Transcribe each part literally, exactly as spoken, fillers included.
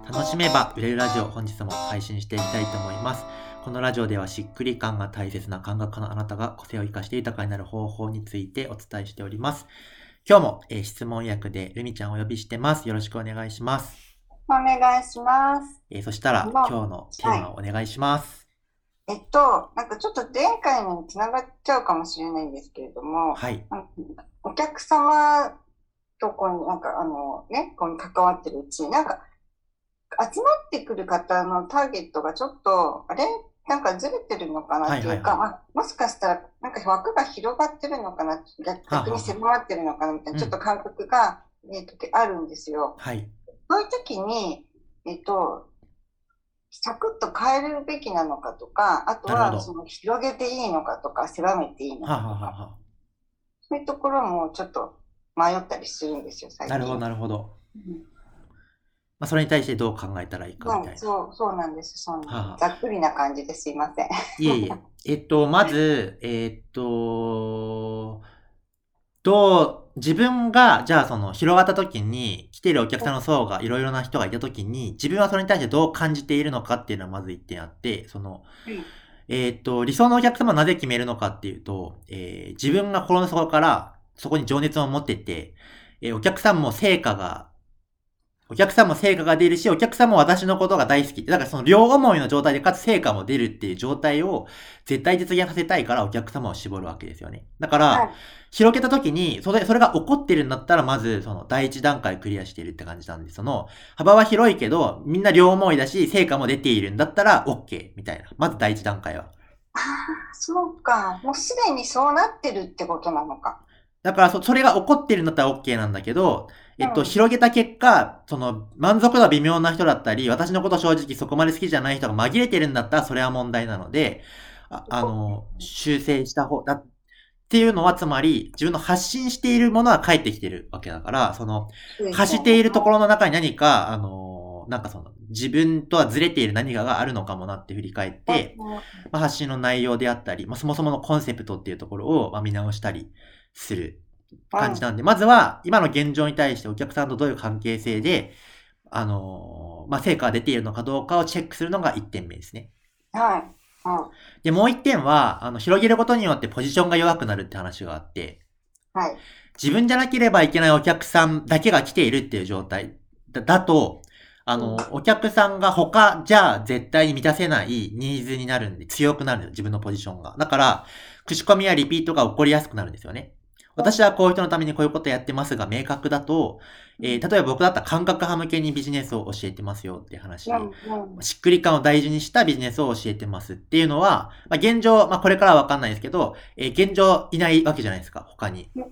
楽しめば売れるラジオ、本日も配信していきたいと思います。このラジオではしっくり感が大切な感覚家のあなたが個性を生かして豊かになる方法についてお伝えしております。今日も、えー、質問役でルミちゃんをお呼びしてます。よろしくお願いします。 お願いします。 えー、そしたらまあ今日のテーマをお願いします。 はい、えっと、なんかちょっと前回のにつながっちゃうかもしれないんですけれども、 はい。 お客様とこになんかあのね、こに関わってるうちに、なんか集まってくる方のターゲットがちょっと、あれなんかずれてるのかなっていうか、 はいはいはい。 あ、もしかしたらなんか枠が広がってるのかな、逆逆にはあはあは狭まってるのかなみたいな、ちょっとうん。 感覚が、えっと、あるんですよ。 はい。 そういう時に、えっと、サクッと変えるべきなのかとか、あとなるほど。 はその広げていいのかとか、狭めていいのはあかとか、 はあはあはあ。 そういうところもちょっと迷ったりするんですよ、最なるほど近。 なるほど。 うんまあ、それに対してどう考えたらいいかみまあ、 たいな。はそう、そうなんです、そうなんです。 あはあ。 ざっくりな感じですいません。 いえいえ。えっと、まず、えっと、と、自分が、じゃあその広がった時に、来ているお客さんの層がいろいろな人がいた時に、自分はそれに対してどう感じているのかっていうのはまず一点あって、その、 うん、 えっと、理想のお客様をなぜ決めるのかっていうと、えー自分が心の底からそこに情熱を持ってて、えーお客さんも成果がお客さんも成果が出るし、お客さんも私のことが大好き。だからその両思いの状態でかつ成果も出るっていう状態を絶対実現させたいからお客様を絞るわけですよね。だから、 はい。 広げた時に、それ、それが起こってるんだったら、まず、その、第一段階クリアしているって感じなんで、その、幅は広いけど、みんな両思いだし、成果も出ているんだったら、OK、みたいな。まず第一段階は。 ああ、そうか。もうすでにそうなってるってことなのか。 だからそ、それが起こってるんだったら OK なんだけど、えっと、 うん。 広げた結果、その、満足度は微妙な人だったり、私のこと正直そこまで好きじゃない人が紛れてるんだったら、それは問題なので、あ、あの、修正した方だっていうのは、つまり、自分の発信しているものは返ってきてるわけだから、その、 そうですよね。 発しているところの中に何か、あの、なんかその、自分とはずれている何かがあるのかもなって振り返って、まあ、発信の内容であったり、まあ、そもそものコンセプトっていうところを、まあ、見直したりするうん。 感じなんで、まずは、今の現状に対してお客さんとどういう関係性で、あのーまあ、成果が出ているのかどうかをチェックするのがいってんめですね。 はい。うん。 で、もういってんは、あの、広げることによってポジションが弱くなるって話があって、 はい。 自分じゃなければいけないお客さんだけが来ているっていう状態だだと、あうん。 の、お客さんが他じゃ絶対に満たせないニーズになるんで、強くなるんですよ、自分のポジションが。だから、口コミやリピートが起こりやすくなるんですよね。私はこういう人のためにこういうことやってますが明確だと、えー、例えば僕だったら感覚派向けにビジネスを教えてますよっていう話、 うん。うん。 しっくり感を大事にしたビジネスを教えてますっていうのは、まあ、現状、まあ、これからはわかんないですけど、えー、現状いないわけじゃないですか、他に。 うん。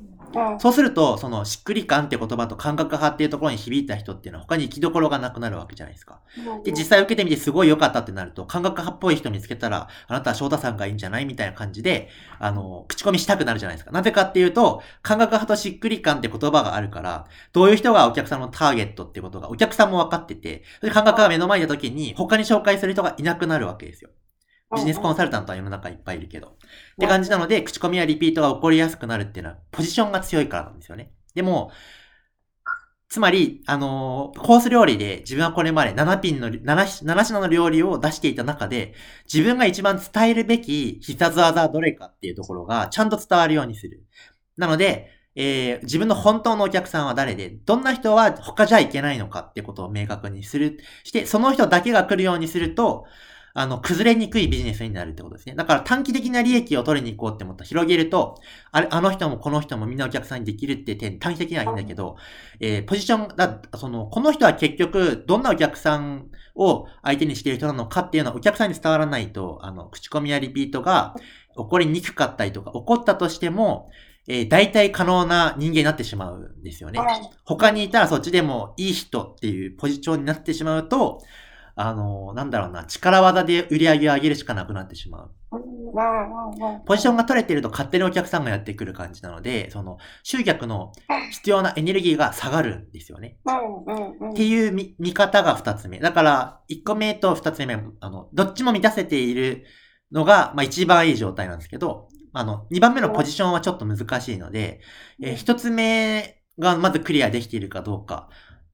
そうすると、その、しっくり感って言葉と感覚派っていうところに響いた人っていうのは他に行きどころがなくなるわけじゃないですか。 うで、実ん。 際受けてみてすごい良かったってなると、感覚派っぽい人見つけたら、あなたは翔太さんがいいんじゃないみたいな感じで、あの、口コミしたくなるじゃないですか。なぜかっていうと、感覚派としっくり感って言葉があるから、どういう人がお客さんのターゲットってことが、お客さんも分かってて、それで感覚が目の前にいた時に、他に紹介する人がいなくなるわけですよ。 うん。 ビジネスコンうん。 サルタントは世の中いっぱいいるけど。って感じなので、口コミやリピートが起こりやすくなるっていうのは、ポジションが強いからなんですよね。でも、つまり、あのーコース料理で自分はこれまでなな品の、なな、なな品の料理を出していた中で、自分が一番伝えるべき必殺技はどれかっていうところがちゃんと伝わるようにする。なので、えー自分の本当のお客さんは誰で、どんな人は他じゃいけないのかってことを明確にする。して、その人だけが来るようにすると、あの、崩れにくいビジネスになるってことですね。だから短期的な利益を取りに行こうって思ったら広げると、あれ、あの人もこの人もみんなお客さんにできるって点、短期的にはいいんだけど、えー、ポジションだ、その、この人は結局、どんなお客さんを相手にしている人なのかっていうのはお客さんに伝わらないと、あの、口コミやリピートが起こりにくかったりとか、起こったとしても、えー、大体可能な人間になってしまうんですよね。他にいたらそっちでもいい人っていうポジションになってしまうと、あの、なんだろうな、力技で売り上げを上げるしかなくなってしまう。 うん。うん。 ポジションが取れてると勝手にお客さんがやってくる感じなので、その、集客の必要なエネルギーが下がるんですよね。 うん。うん。うん。 っていう見見方が二つ目。だから、一個目と二つ目、あの、どっちも満たせているのが、まあ一番いい状態なんですけど、あの、二番目のポジションはちょっと難しいので、えー一つ目がまずクリアできているかどうか。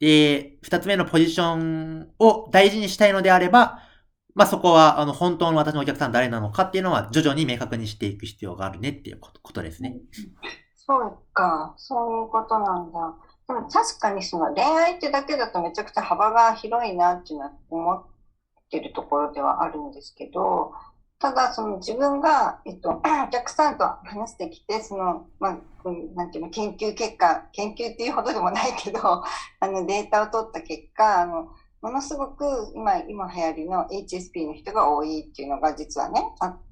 で、二つ目のポジションを大事にしたいのであれば、まあ、そこは、あの、本当の私のお客さん誰なのかっていうのは、徐々に明確にしていく必要があるねっていうことことですね。 そうか、そういうことなんだ。でも確かにその恋愛ってだけだとめちゃくちゃ幅が広いなっていうのは思ってるところではあるんですけど、ただその自分が、えっと、お客さんと話してきて、その、まあ、こういうなんていうの、研究結果、研究っていうほどでもないけど、あのデータを取った結果、あの、ものすごく今、今流行りの エイチエスピー の人が多いっていうのが実はね、あって、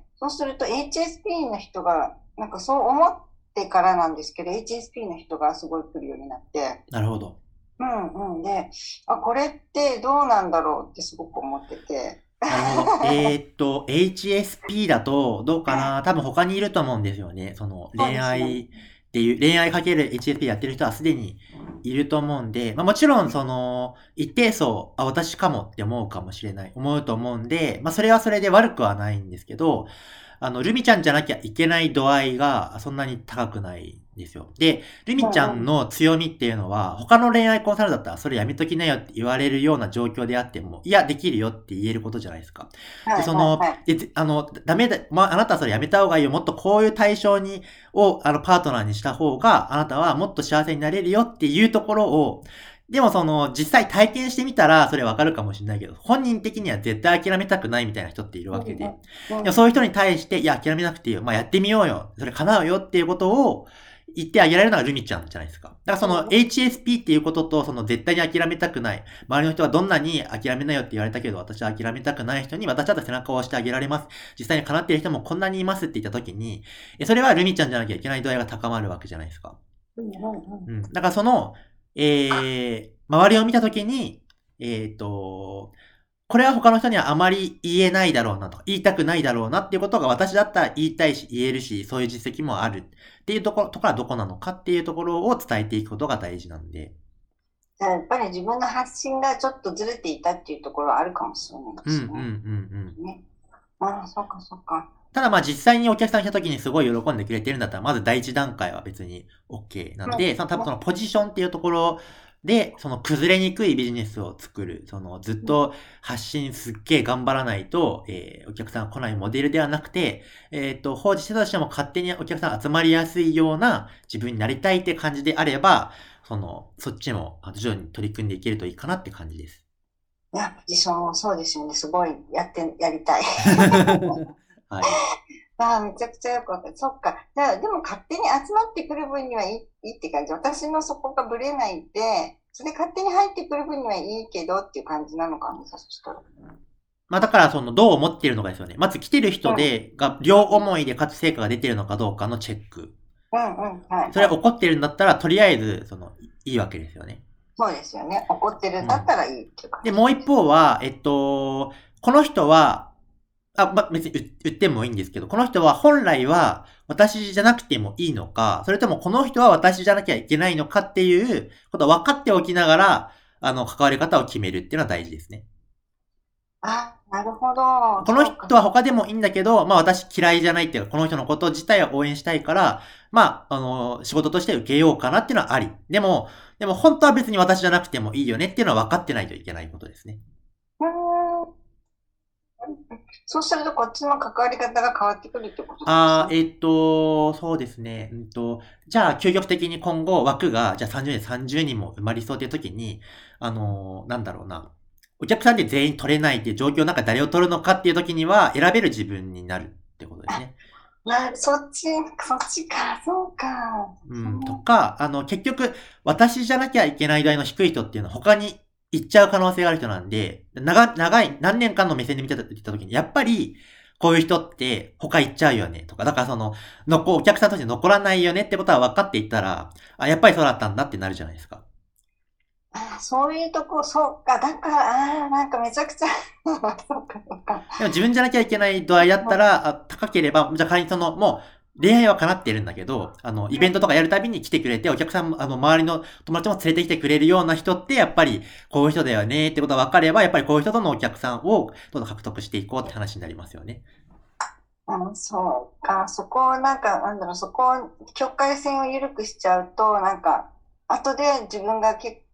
そうすると エイチエスピー の人が、なんかそう思ってからなんですけど、エイチエスピー の人がすごい来るようになって、 なるほど。 うんうん。で、あ、これってどうなんだろうってすごく思ってて。 なるほど。えーっと、エイチエスピー だと、どうかな多分他にいると思うんですよね。その、 そう恋ですよね。 愛っていう、恋愛かける エイチエスピー やってる人はすでにいると思うんで、まあもちろん、その、一定層、あ、私かもって思うかもしれない、思うと思うんで、まあそれはそれで悪くはないんですけど、あの、ルミちゃんじゃなきゃいけない度合いがそんなに高くないんですよ。で、ルミちゃんうんうん。 の強みっていうのは、他の恋愛コンサルだったらそれやめときなよって言われるような状況であっても、いや、できるよって言えることじゃないですか。で、 はいその、 はいはい。 で、あの、ダメだ、まあ、あなたはそれやめた方がいいよ。もっとこういう対象に、を、あの、パートナーにした方が、あなたはもっと幸せになれるよっていうところを、でもその、実際体験してみたら、それわかるかもしれないけど、本人的には絶対諦めたくないみたいな人っているうんわけで。 うんうん。 でもそういう人に対して、いや、諦めなくていいよ。まあ、やってみようよ。それ叶うよっていうことを言ってあげられるのがルミちゃんじゃないですか。だからそのうんうん。 エイチエスピー っていうことと、その絶対に諦めたくない。周りの人はどんなに諦めなよって言われたけど、私は諦めたくない人に私だったら背中を押してあげられます。実際に叶っている人もこんなにいますって言った時に、それはルミちゃんじゃなきゃいけない度合いが高まるわけじゃないですか。 うんうんうん。 うん。だからその、えー、周りを見たときに、えっと、これは他の人にはあまり言えないだろうなとか、言いたくないだろうなっていうことが私だったら言いたいし、言えるし、そういう実績もあるっていうところ、ところはどこなのかっていうところを伝えていくことが大事なんで。 じゃあやっぱり自分の発信がちょっとずれていたっていうところはあるかもしれないでうんうんうすね。 んうん。 ね。ああ、そうかそうか。 ただまあ実際にお客さん来た時にすごい喜んでくれてるんだったら、まず第一段階は別に OK なんうんで、その多分そね。 のポジションっていうところで、その崩れにくいビジネスを作る、そのずっうんと発信すっげえ頑張らないと、えー、お客さんが来ないモデルではなくて、えっと、放置してたとしても勝手にお客さんが集まりやすいような自分になりたいって感じであれば、その、そっちもあ徐々に取り組んでいけるといいかなって感じです。 いや、ポジションもそうですよね。すごいやって、やりたい。 はい。 ああ、めちゃくちゃよくわかる。そっか。だからでも勝手に集まってくる分にはいい、いいって感じ。私のそこがぶれないで、それ勝手に入ってくる分にはいいけどっていう感じなのかもさ、そしたら。 まあだからそのどう思っているのかですよね。まず来てる人うん。 で、が、両思いでかつ成果が出てるのかどうかのチェック。 うんうん。はいそれはい。 起こってるんだったら、とりあえず、その、いいわけですよね。 そうですよね。怒ってるんだっうん。 たらいいっていう感で、 じ。 もう一方は、えっと、この人は、あ、ま、別に言言ってもいいんですけど、この人は本来は私じゃなくてもいいのか、それともこの人は私じゃなきゃいけないのかっていうことを分かっておきながら、あの、関わり方を決めるっていうのは大事ですね。 あ、なるほど。 このそうか。 人は他でもいいんだけど、まあ私嫌いじゃないっていうか、この人のこと自体は応援したいから、まあ、あの、仕事として受けようかなっていうのはあり。でも、でも本当は別に私じゃなくてもいいよねっていうのは分かってないといけないことですね。 うーん。そうするとこっちの関わり方が変わってくるってことなんですね。 あー、えっと、そうですね。うんと、じゃあ、究極的に今後枠が、じゃあさんじゅうにん、さんじゅうにんも埋まりそうっていう時に、あのーなんだろうな。お客さんで全員取れないっていう状況の中誰を取るのかっていう時には、選べる自分になるってことですね。 な、そっち、そっちか、そうか。 うん、とそか、あの、結局、私じゃなきゃいけない度合いの低い人っていうのは他に行っちゃう可能性がある人なんで、長、長い、何年間の目線で見てた、言った時に、やっぱり、こういう人って他行っちゃうよね、とか、だからその、のこ、お客さんとして残らないよねってことは分かっていったら、あ、やっぱりそうだったんだってなるじゃないですか。 あ、そういうとこ、そうか。だから、ああ、なんかめちゃくちゃそうか、そうか。 でも自分じゃなきゃいけない度合いだったら、あ高ければ、じゃあ仮にその、もう、恋愛は叶ってるんだけど、あの、イベントとかやるたびに来てくれて、お客さんも、あの、周りの友達も連れてきてくれるような人って、やっぱり、こういう人だよねってことが分かれば、やっぱりこういう人とのお客さんを、どんどん獲得していこうって話になりますよね。 うん、そうか。そこをなんか、なんだろう、そこを、境界線を緩くしちゃうと、なんか、後で自分がけ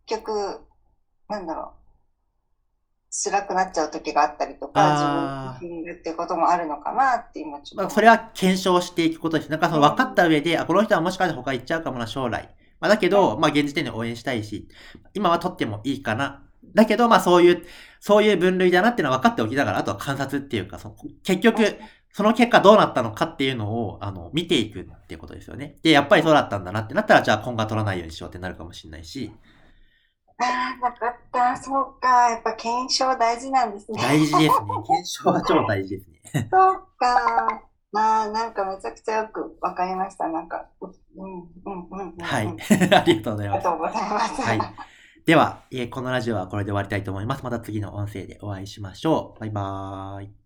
局、なんだろう、辛くなっちゃう時があったりとか、自あ分にいるっていうこともあるのかなって今ちょっまあ、 と思って。 それは検証していくことです。なんかその分かった上で、あ、この人はもしかして他行っちゃうかもな、将来。まあ、だけど、まあ、現時点で応援したいし、今は取ってもいいかな。だけど、まあ、そういう、そういう分類だなっていうのは分かっておきながら、あとは観察っていうか、その結局、その結果どうなったのかっていうのを、あの、見ていくっていうことですよね。で、やっぱりそうだったんだなってなったら、じゃあ今後は取らないようにしようってなるかもしれないし、 ああ、わかった。そうか。やっぱ検証大事なんですね。 大事ですね。検証は超大事ですね。 そうか。まあ、なんかめちゃくちゃよくわかりました。なんか、うん、うん、うん、うん、うん。 はい。 あありがとうございます。 りがとうございます。 はい。では、えーこのラジオはこれで終わりたいと思います。また次の音声でお会いしましょう。バイバーイ。